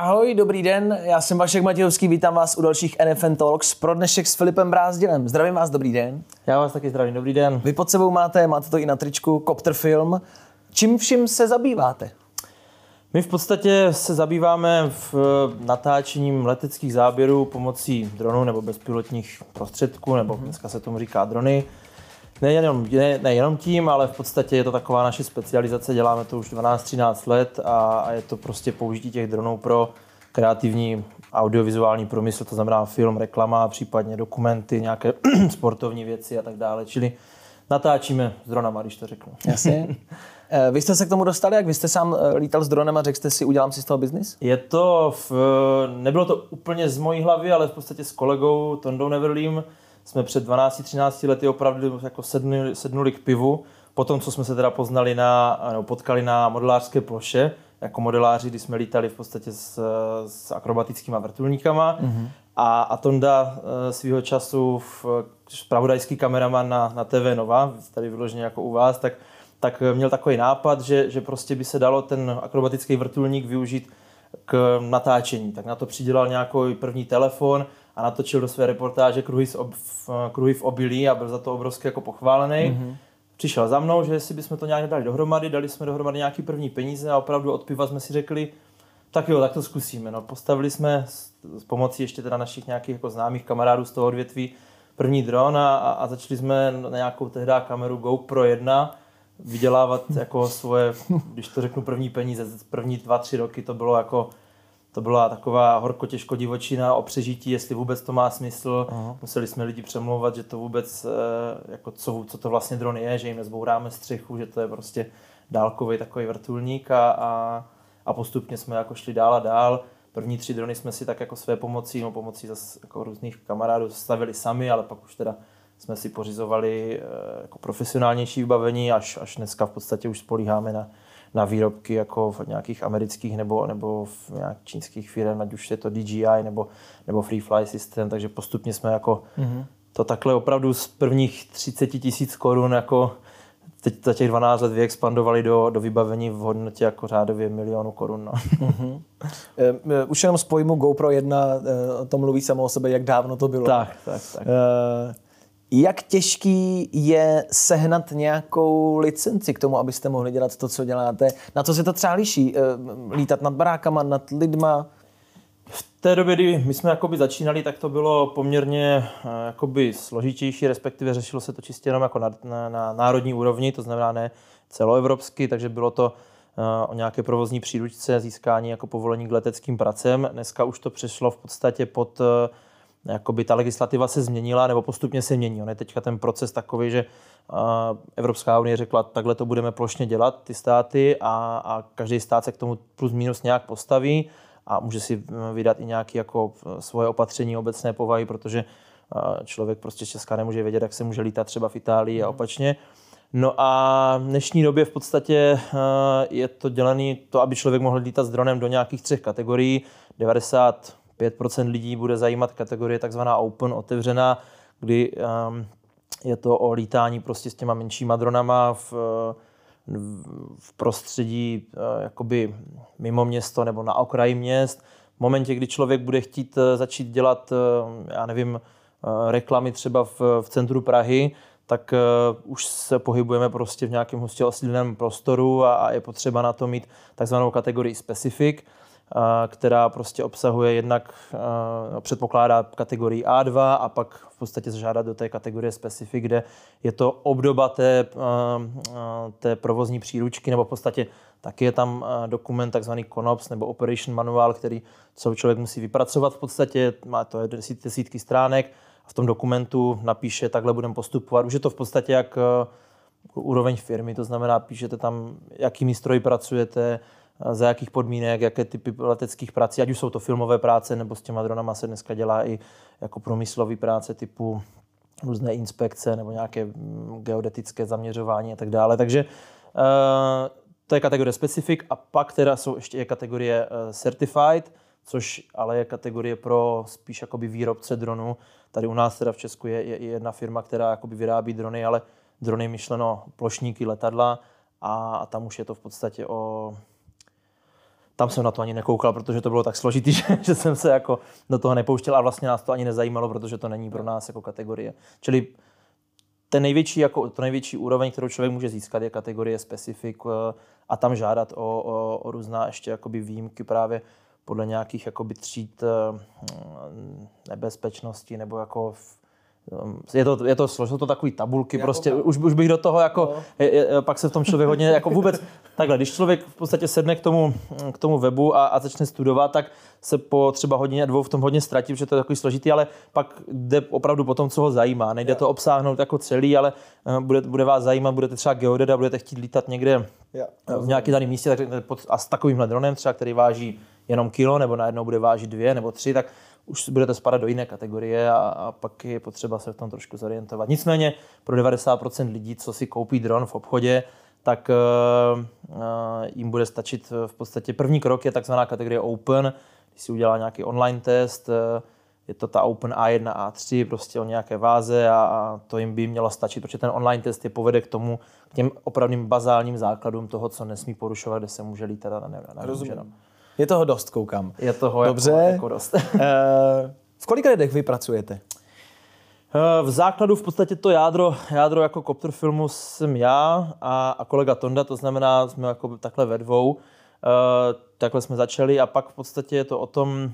Ahoj, dobrý den, já jsem Vašek Matějovský, vítám vás u dalších NFN Talks, pro dnešek s Filipem Brázdilem. Zdravím vás, dobrý den. Já vás taky zdravím, dobrý den. Vy pod sebou máte to i na tričku, Copter Film. Čím vším se zabýváte? My v podstatě se zabýváme v natáčením leteckých záběrů pomocí dronů nebo bezpilotních prostředků, nebo dneska se tomu říká drony. Nejenom tím, ale v podstatě je to taková naše specializace, děláme to už 12-13 let a je to prostě použití těch dronů pro kreativní audiovizuální průmysl, to znamená film, reklama, případně dokumenty, nějaké sportovní věci a tak dále, čili natáčíme s dronama, když to řeknu. Jasně. Vy jste se k tomu dostali, jak vy jste sám lítal s dronem a řekl jste si, udělám si z toho biznis? Nebylo to úplně z mojí hlavy, ale v podstatě s kolegou Tondou Neverlím jsme před 12-13 lety opravdu jako sednuli k pivu. Potom, co jsme se teda potkali na modelářské ploše, jako modeláři, kdy jsme lítali v podstatě s akrobatickými vrtulníkama. Mm-hmm. A Tonda svýho času zpravodajský kameraman na TV Nova, tady vyloženě jako u vás, tak měl takový nápad, že prostě by se dalo ten akrobatický vrtulník využít k natáčení. Tak na to přidělal nějaký první telefon a natočil do své reportáže Kruhy v obilí a byl za to obrovsky jako pochválený. Mm-hmm. Přišel za mnou, že jestli bychom to nějak dali dohromady, dali jsme dohromady nějaký první peníze a opravdu od piva jsme si řekli, tak jo, tak to zkusíme. No, postavili jsme s pomocí ještě teda našich nějakých jako známých kamarádů z toho odvětví první dron a začali jsme na nějakou tehdy kameru GoPro 1 vydělávat jako svoje, když to řeknu, první peníze. První 2-3 roky to byla taková horko těžko divočina o přežití, jestli vůbec to má smysl. Aha. Museli jsme lidi přemlouvat, že to vůbec, jako co to vlastně dron je, že jim nezbouráme střechu, že to je prostě dálkový takový vrtulník a postupně jsme jako šli dál a dál. První 3 drony jsme si tak jako své pomocí zase jako různých kamarádů stavili sami, ale pak už teda jsme si pořizovali jako profesionálnější vybavení, až dneska v podstatě už spolíháme na výrobky jako v nějakých amerických nebo v nějakých čínských firm, ať už je to DJI nebo Free Fly System, takže postupně jsme jako to takhle opravdu z prvních 30 000 korun jako teď za těch 12 let vyexpandovali do vybavení v hodnotě jako řádově 1 000 000 korun. No. Už jenom z pojmu GoPro 1 to mluví samo o sobě, jak dávno to bylo. Tak. Jak těžký je sehnat nějakou licenci k tomu, abyste mohli dělat to, co děláte? Na co se to třeba liší? Lítat nad barákama, nad lidma? V té době, kdy my jsme jakoby začínali, tak to bylo poměrně jakoby složitější, respektive řešilo se to čistě jenom jako na národní úrovni, to znamená ne celoevropsky, takže bylo to o nějaké provozní příručce, získání jako povolení k leteckým pracem. Dneska už to přešlo v podstatě pod jakoby ta legislativa se změnila, nebo postupně se mění. On je teďka ten proces takový, že Evropská unie řekla, takhle to budeme plošně dělat, ty státy, a každý stát se k tomu plus minus nějak postaví a může si vydat i nějaké jako svoje opatření obecné povahy, protože člověk prostě z Česka nemůže vědět, jak se může lítat třeba v Itálii a opačně. No a v dnešní době v podstatě je to dělané to, aby člověk mohl lítat s dronem do nějakých 3 kategorií. 95% lidí bude zajímat kategorie takzvaná open, otevřená, kdy je to o lítání prostě s těma menšíma dronama v prostředí jakoby mimo město nebo na okraji měst. V momentě, kdy člověk bude chtít začít dělat, já nevím, reklamy třeba v centru Prahy, tak už se pohybujeme prostě v nějakém hustě osídleném prostoru a je potřeba na to mít takzvanou kategorii specific, která prostě obsahuje jednak, předpokládá kategorii A2 a pak v podstatě zažádat do té kategorie specific, kde je to obdoba té provozní příručky, nebo v podstatě taky je tam dokument takzvaný CONOPS nebo Operation Manual, který člověk musí vypracovat v podstatě, má to desítky stránek a v tom dokumentu napíše, takhle budeme postupovat. Už je to v podstatě jak úroveň firmy, to znamená, píšete tam, jakými stroji pracujete, za jakých podmínek, jaké typy leteckých prací, ať už jsou to filmové práce, nebo s těma dronama se dneska dělá i jako průmyslové práce typu různé inspekce nebo nějaké geodetické zaměřování a tak dále. Takže to je kategorie specific a pak teda jsou ještě kategorie certified, což ale je kategorie pro spíš jakoby výrobce dronů. Tady u nás teda v Česku je jedna firma, která jakoby vyrábí drony, ale drony myšleno plošníky, letadla a tam už je to v podstatě tam jsem na to ani nekoukal, protože to bylo tak složitý, že jsem se jako do toho nepouštěl a vlastně nás to ani nezajímalo, protože to není pro nás jako kategorie. Čili to největší úroveň, kterou člověk může získat, je kategorie specific a tam žádat o různá ještě jakoby výjimky právě podle nějakých jakoby tříd nebezpečnosti nebo jako jsou to takový tabulky, jako prostě už bych do toho jako, pak se v tom člověk hodně jako vůbec, takhle, když člověk v podstatě sedne k tomu webu a začne studovat, tak se po třeba hodině 2 v tom hodně ztratí, protože to je takový složitý, ale pak jde opravdu po tom, co ho zajímá. Nejde to obsáhnout jako celý, ale bude vás zajímat, budete třeba geodet a budete chtít lítat někde v nějaký daném místě a s takovýmhle dronem třeba, který váží jenom kilo, nebo najednou bude vážit 2 nebo 3, tak už budete spadat do jiné kategorie a pak je potřeba se v tom trošku zorientovat. Nicméně pro 90% lidí, co si koupí dron v obchodě, tak jim bude stačit v podstatě první krok je takzvaná kategorie Open, když si udělá nějaký online test, je to ta Open A1, A3, prostě o nějaké váze a to jim by mělo stačit, protože ten online test je povede k těm opravdovým bazálním základům toho, co nesmí porušovat, kde se může lítat a nemůže. Je toho dost, koukám. Je toho dobře. Jako dost. V kolika lidech vy pracujete? V základu v podstatě to jádro jako Kopter filmu jsem já a kolega Tonda, to znamená, jsme jako takhle ve dvou. Takhle jsme začali a pak v podstatě je to o tom,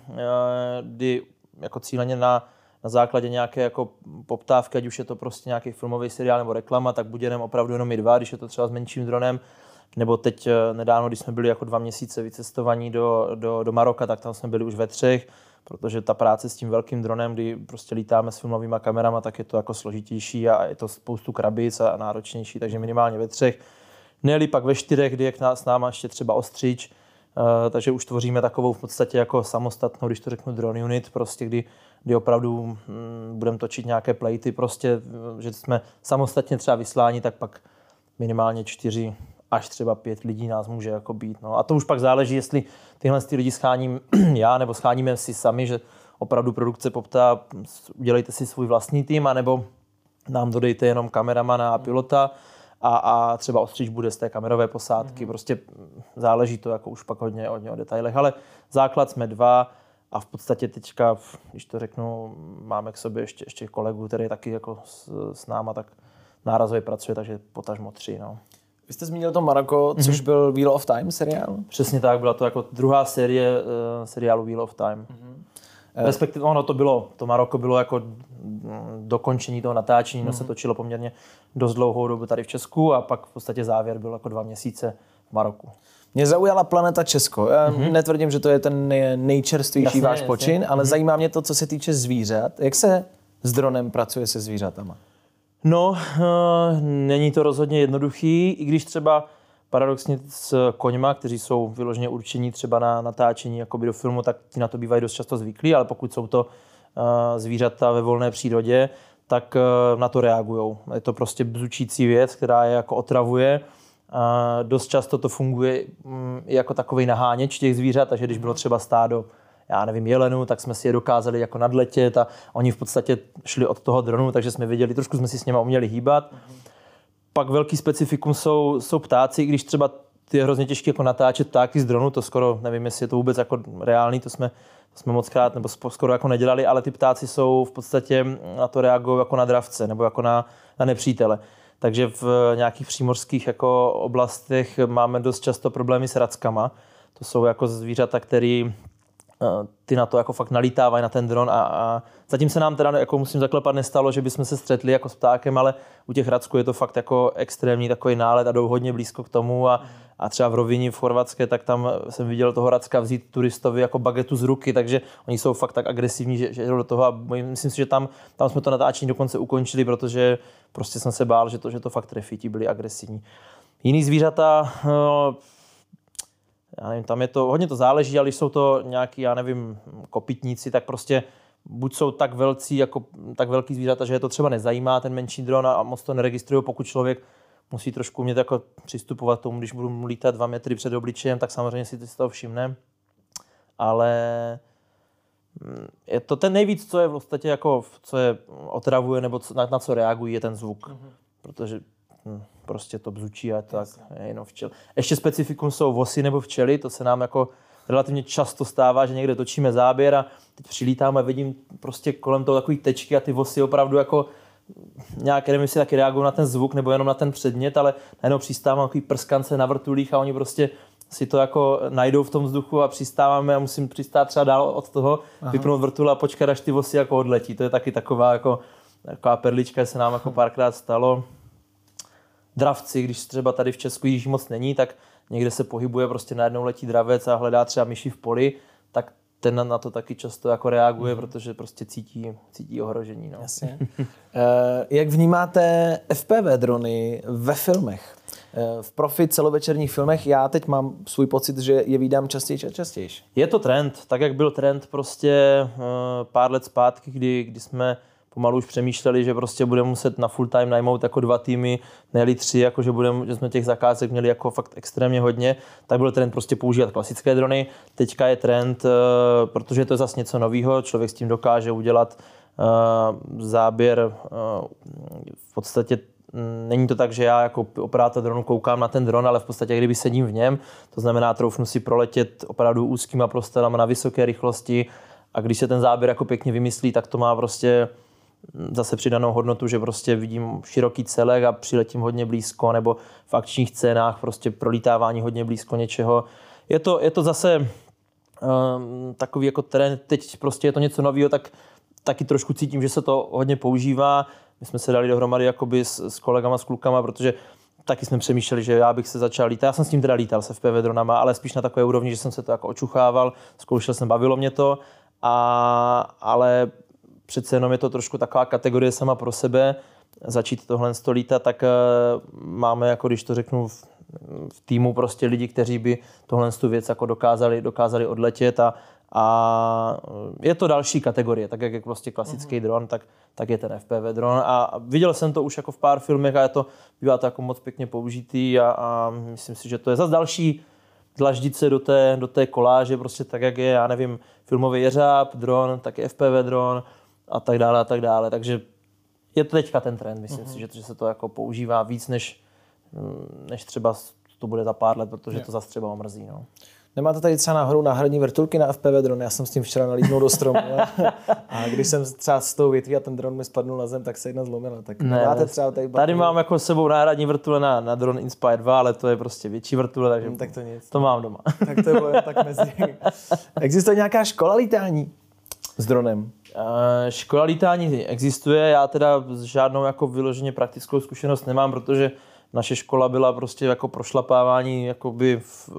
kdy jako cíleně na základě nějaké jako poptávky, ať už je to prostě nějaký filmový seriál nebo reklama, tak buď jedeme opravdu jenom my dva, když je to třeba s menším dronem, nebo teď nedávno, když jsme byli jako 2 měsíce vycestovaní do Maroka, tak tam jsme byli už ve 3, protože ta práce s tím velkým dronem, kdy prostě lítáme s filmovými kamerama, tak je to jako složitější a je to spoustu krabic a náročnější, takže minimálně ve 3. Ne-li pak ve 4, kdy je s náma ještě třeba ostřič, takže už tvoříme takovou v podstatě jako samostatnou, když to řeknu drone unit, prostě kdy opravdu budeme točit nějaké plejty, prostě, že jsme samostatně třeba vysláni, tak pak minimálně 4 až třeba 5 lidí nás může jako být. No. A to už pak záleží, jestli tyhle lidi scháním já, nebo scháníme si sami, že opravdu produkce poptá, udělejte si svůj vlastní tým, anebo nám dodejte jenom kameramana a pilota a třeba ostříč bude z té kamerové posádky. Prostě záleží to jako už pak hodně o detailech, ale základ jsme 2 a v podstatě teďka, když to řeknu, máme k sobě ještě kolegu, který je taky jako s náma tak nárazově pracuje, takže potažmo 3. No. Vy jste zmínil to Maroko, což byl Wheel of Time seriál? Přesně tak, byla to jako druhá série seriálu Wheel of Time. Respektive to Maroko bylo jako dokončení toho natáčení, no se točilo poměrně dost dlouhou dobu tady v Česku a pak v podstatě závěr byl jako 2 měsíce v Maroku. Mě zaujala Planeta Česko. Já netvrdím, že to je ten nejčerstvější váš počin, ale zajímá mě to, co se týče zvířat. Jak se s dronem pracuje se zvířatama? No, není to rozhodně jednoduchý, i když třeba paradoxně s koňma, kteří jsou vyloženě určení třeba na natáčení jakoby do filmu, tak ti na to bývají dost často zvyklí, ale pokud jsou to zvířata ve volné přírodě, tak na to reagujou. Je to prostě bzučící věc, která je jako otravuje. Dost často to funguje jako takový naháněč těch zvířat, takže když bylo třeba stádo jelenů, tak jsme si je dokázali jako nadletět a oni v podstatě šli od toho dronu, takže jsme viděli, trošku jsme si s nimi uměli hýbat. Pak velký specifikum jsou ptáci, i když třeba je hrozně těžké jako natáčet ptáky z dronu, to skoro, nevím, jestli je to vůbec jako reálný, to jsme mockrát nebo skoro jako nedělali, ale ty ptáci jsou v podstatě na to reagují jako na dravce nebo jako na nepřítele. Takže v nějakých přímořských jako oblastech máme dost často problémy s rackama. To jsou jako zvířata, který ty na to jako fakt nalítávají na ten dron a zatím se nám teda, jako musím zaklepat, nestalo, že bychom se střetli jako s ptákem, ale u těch racků je to fakt jako extrémní takový nálet a jdou hodně blízko k tomu a třeba v Rovině v Chorvatské, tak tam jsem viděl toho racka vzít turistovi jako bagetu z ruky, takže oni jsou fakt tak agresivní, že jdou do toho a myslím si, že tam jsme to natáčení dokonce ukončili, protože prostě jsem se bál, že to fakt trefí, ti byli agresivní. Jiný zvířata, já nevím, tam je to, hodně to záleží, ale když jsou to nějaký, kopytníci, tak prostě buď jsou tak velký zvířata, že je to třeba nezajímá ten menší dron a moc to neregistrují, pokud člověk musí trošku umět jako přistupovat k tomu, když budu lítat 2 metry před obličejem, tak samozřejmě si toho všimne. Ale je to ten nejvíc, co je v podstatě jako, co je otravuje nebo na co reagují, je ten zvuk. Protože prostě to bzučí a tak je jenom včel. Ještě specifikum jsou vosy nebo včely, to se nám jako relativně často stává, že někde točíme záběr a teď přilítáme a vidím prostě kolem toho takový tečky a ty vosy opravdu jako nějaké, nevím, jestli taky reagují na ten zvuk nebo jenom na ten předmět, ale najednou přistávám takový prskance na vrtulích a oni prostě si to jako najdou v tom vzduchu a přistáváme a musím přistát třeba dál od toho, vypnout vrtul a počkat, až ty vosy jako odletí. To je taky taková perlička, se nám jako párkrát stalo. Dravci, když třeba tady v Česku již moc není, tak někde se pohybuje, prostě najednou letí dravec a hledá třeba myši v poli, tak ten na to taky často jako reaguje, protože prostě cítí ohrožení. No. Jasně. Jak vnímáte FPV drony ve filmech? V profi celovečerních filmech já teď mám svůj pocit, že je vídám častěji a častěji. Je to trend, tak jak byl trend prostě pár let zpátky, kdy jsme pomalu už přemýšleli, že prostě budeme muset na full time najmout jako 2 týmy, ne 3, jako že jsme těch zakázek měli jako fakt extrémně hodně, tak byl trend prostě používat klasické drony. Teďka je trend, protože to je zase něco nového, člověk s tím dokáže udělat záběr. V podstatě není to tak, že já jako operátor dronu koukám na ten dron, ale v podstatě kdyby sedím v něm, to znamená troufnu si proletět opravdu úzkýma prostorama na vysoké rychlosti a když se ten záběr jako pěkně vymyslí, tak to má prostě zase přidanou hodnotu, že prostě vidím široký celek a přiletím hodně blízko, nebo v akčních scénách prostě prolítávání hodně blízko něčeho. Je to zase takový jako trend, teď prostě je to něco nového, tak taky trošku cítím, že se to hodně používá. My jsme se dali dohromady jakoby s kolegama, s klukama, protože taky jsme přemýšleli, že já bych se začal lítat. Já jsem s tím teda lítal se FPV dronama, ale spíš na takové úrovni, že jsem se to jako očuchával, zkoušel jsem, bavilo mě to, ale přece jenom je to trošku taková kategorie sama pro sebe. Začít tohle lítat, tak máme, jako když to řeknu, v týmu prostě lidi, kteří by tohle věc jako dokázali odletět a je to další kategorie, tak jak je prostě klasický dron, tak je ten FPV dron a viděl jsem to už jako v pár filmech a bývá to jako moc pěkně použitý a myslím si, že to je zase další dlaždice do té koláže, prostě tak jak je, já nevím, filmový jeřáb, dron, tak je FPV dron a tak dále, takže je to teďka ten trend, myslím si, že se to jako používá víc, než třeba to bude za pár let, protože to zase třeba omrzí. No. Nemáte tady třeba náhodou náhradní vrtulky na FPV dron? Já jsem s tím včera nalítnul do stromu a když jsem třeba s tou větví a ten dron mi spadnul na zem, tak se jedna zlomila. Tak nemáte třeba tady mám jako s sebou náhradní vrtule na dron Inspire 2, ale to je prostě větší vrtule, takže tak to nic. To mám doma. Tak to bylo tak mezi. Existuje nějaká škola lítání s dronem? Škola lítání existuje, já teda žádnou jako vyloženě praktickou zkušenost nemám, protože naše škola byla prostě jako prošlapávání jakoby v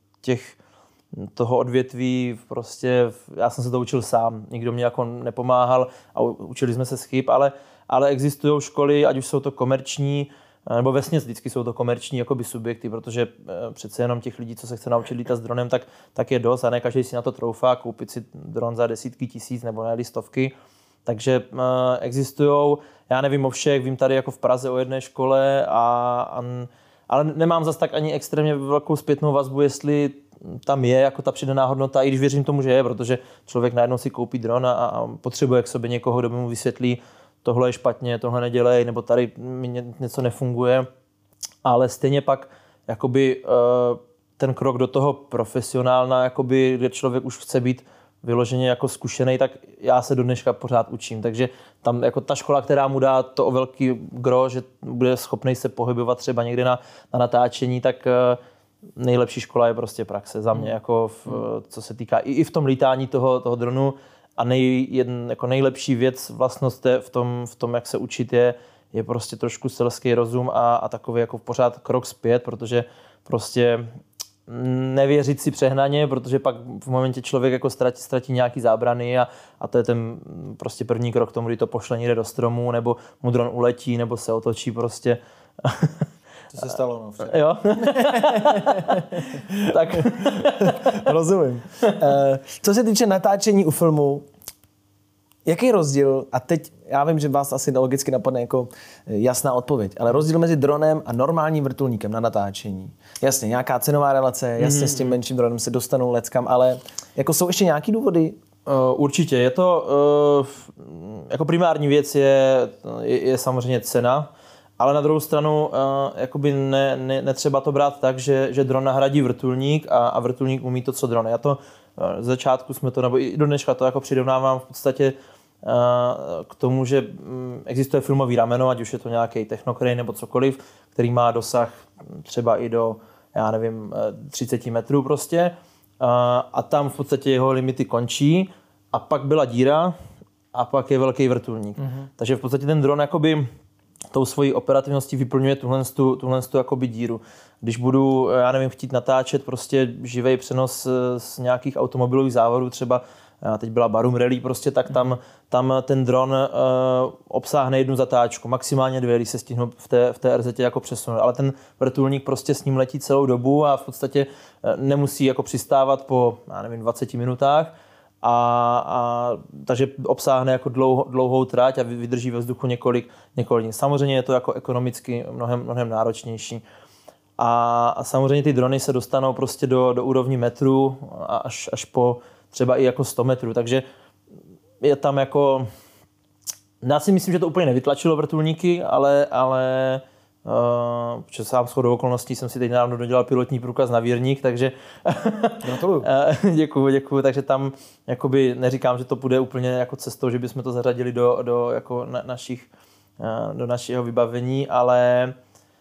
toho odvětví, prostě já jsem se to učil sám, nikdo mě jako nepomáhal a učili jsme se z chyb, ale existují školy, ať už jsou to komerční, nebo vesměs vždycky jsou to komerční jakoby subjekty, protože přece jenom těch lidí, co se chce naučit lítat s dronem, tak je dost a ne každý si na to troufá koupit si dron za desítky tisíc nebo ne stovky. Takže existují, já nevím o všech, vím tady jako v Praze o jedné škole, ale nemám zas tak ani extrémně velkou zpětnou vazbu, jestli tam je jako ta přidaná hodnota, i když věřím tomu, že je, protože člověk najednou si koupí dron a potřebuje k sobě někoho, kdo by mu vysvětlí, tohle je špatně, tohle nedělej, nebo tady mi něco nefunguje. Ale stejně pak jakoby, ten krok do toho profesionálna, jakoby, kde člověk už chce být vyloženě jako zkušený, tak já se do dneška pořád učím. Takže tam jako ta škola, která mu dá to o velký gro, že bude schopný se pohybovat třeba někde na natáčení, tak nejlepší škola je prostě praxe za mě, jako co se týká i v tom lítání toho dronu. A jako nejlepší věc, vlastnost v tom, jak se učit, je prostě trošku selský rozum a takový jako pořád krok zpět, protože prostě nevěřit si přehnaně, protože pak v momentě člověk jako ztratí nějaký zábrany a to je ten prostě první krok k tomu, kdy to pošle někde do stromu, nebo mu dron uletí, nebo se otočí prostě. To se stalo, no. Včera. Jo. Tak. Rozumím. Co se týče natáčení u filmu, jaký rozdíl, a teď já vím, že vás asi logicky napadne jako jasná odpověď, ale rozdíl mezi dronem a normálním vrtulníkem na natáčení. Jasně, nějaká cenová relace, jasně s tím menším dronem se dostanou leckam, ale jako jsou ještě nějaký důvody? Určitě. Je to jako primární věc je samozřejmě cena Ale na druhou stranu jakoby netřeba to brát tak, že dron nahradí vrtulník a vrtulník umí to, co dron. Já to z začátku jsme to, nebo i do dneška to jako přirovnávám v podstatě k tomu, že existuje filmový rameno, ať už je to nějaký Technocrane nebo cokoliv, který má dosah třeba i do, já nevím, 30 metrů prostě. A tam v podstatě jeho limity končí a pak byla díra a pak je velký vrtulník. Takže v podstatě ten dron jakoby tou svojí operativností vyplňuje tuhle jakoby díru. Když budu, já nevím, chtít natáčet prostě živej přenos z nějakých automobilových závodů, třeba teď byla Barum Rally, prostě, tak tam ten dron obsáhne jednu zatáčku, maximálně 2, když se stihnu v té RZ jako přesunout. Ale ten vrtulník prostě s ním letí celou dobu a v podstatě nemusí jako přistávat po, já nevím, 20 minutách. Takže obsáhne jako dlouhou trať a vydrží ve vzduchu několik dní. Samozřejmě je to jako ekonomicky mnohem náročnější. A samozřejmě ty drony se dostanou prostě do úrovni metrů až po třeba i jako 100 metrů. Takže je tam jako... Já si myslím, že to úplně nevytlačilo vrtulníky, ale protože sám shodou okolností jsem si teď nedávno dodělal pilotní průkaz na Vírník, takže gratuluju. Děkuju, takže tam jakoby neříkám, že to půjde úplně jako cestou, že bychom to zařadili do jako do našeho vybavení, ale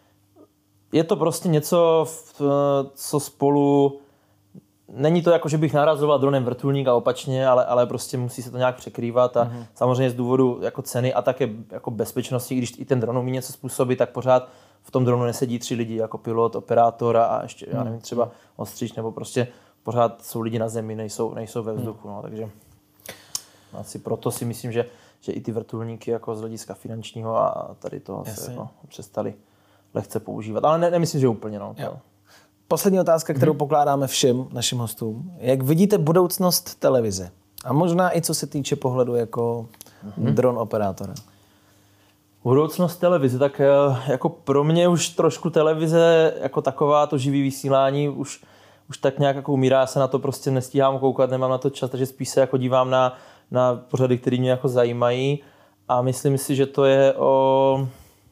je to prostě něco, co spolu... Není to jako, že bych nahrazoval dronem vrtulník a opačně, ale prostě musí se to nějak překrývat a samozřejmě z důvodu jako ceny a také jako bezpečnosti, když i ten dron umí něco způsobit, tak pořád v tom dronu nesedí 3 lidi, jako pilot, operátor a ještě, já nevím, třeba ostříč, nebo prostě pořád jsou lidi na zemi, nejsou ve vzduchu, no, takže asi proto si myslím, že i ty vrtulníky jako z hlediska finančního a tady toho se jako přestali lehce používat, ale nemyslím, že úplně, no. Poslední otázka, kterou pokládáme všem našim hostům. Jak vidíte budoucnost televize? A možná i co se týče pohledu jako dron operátora. Budoucnost televize, tak jako pro mě už trošku televize jako taková, to živý vysílání už tak nějak jako umírá, já se na to prostě nestíhám koukat, nemám na to čas, takže spíš se jako dívám na pořady, které mě jako zajímají a myslím si, že to je o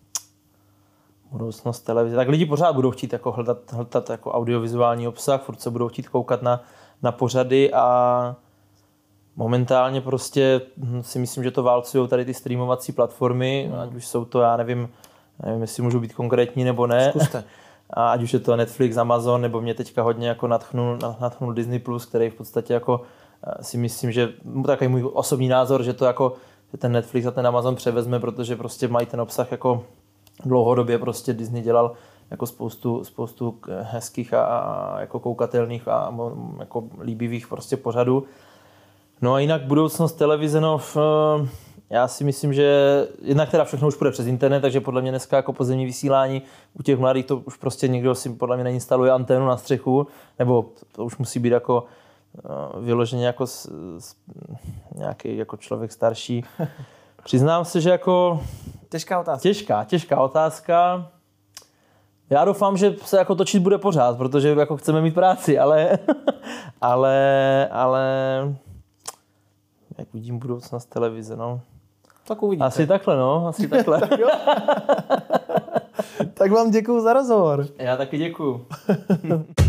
budoucnost televize. Tak lidi pořád budou chtít jako hledat jako audiovizuální obsah, furt se budou chtít koukat na pořady a momentálně prostě si myslím, že to válcují tady ty streamovací platformy, ať už jsou to, já nevím, jestli můžu být konkrétní nebo ne. Zkuste. A ať už je to Netflix, Amazon, nebo mě teďka hodně jako nadchnul Disney+, který v podstatě jako si myslím, že takový můj osobní názor, že to jako že ten Netflix a ten Amazon převezme, protože prostě mají ten obsah jako dlouhodobě prostě Disney dělal jako spoustu hezkých a jako koukatelných a jako líbivých prostě pořadů. No a jinak budoucnost televize, no já si myslím, že jednak teda všechno už půjde přes internet, takže podle mě dneska jako pozemní vysílání u těch mladých to už prostě někdo si podle mě neinstaluje anténu na střechu, nebo to už musí být jako vyloženě jako nějaký jako člověk starší. Přiznám se, že jako... Těžká otázka. Já doufám, že se jako točit bude pořád, protože jako chceme mít práci, ale jak vidím budoucnost televize, no. Tak uvidíte. Asi takhle. Tak jo. Tak vám děkuju za rozhovor. Já taky děkuju.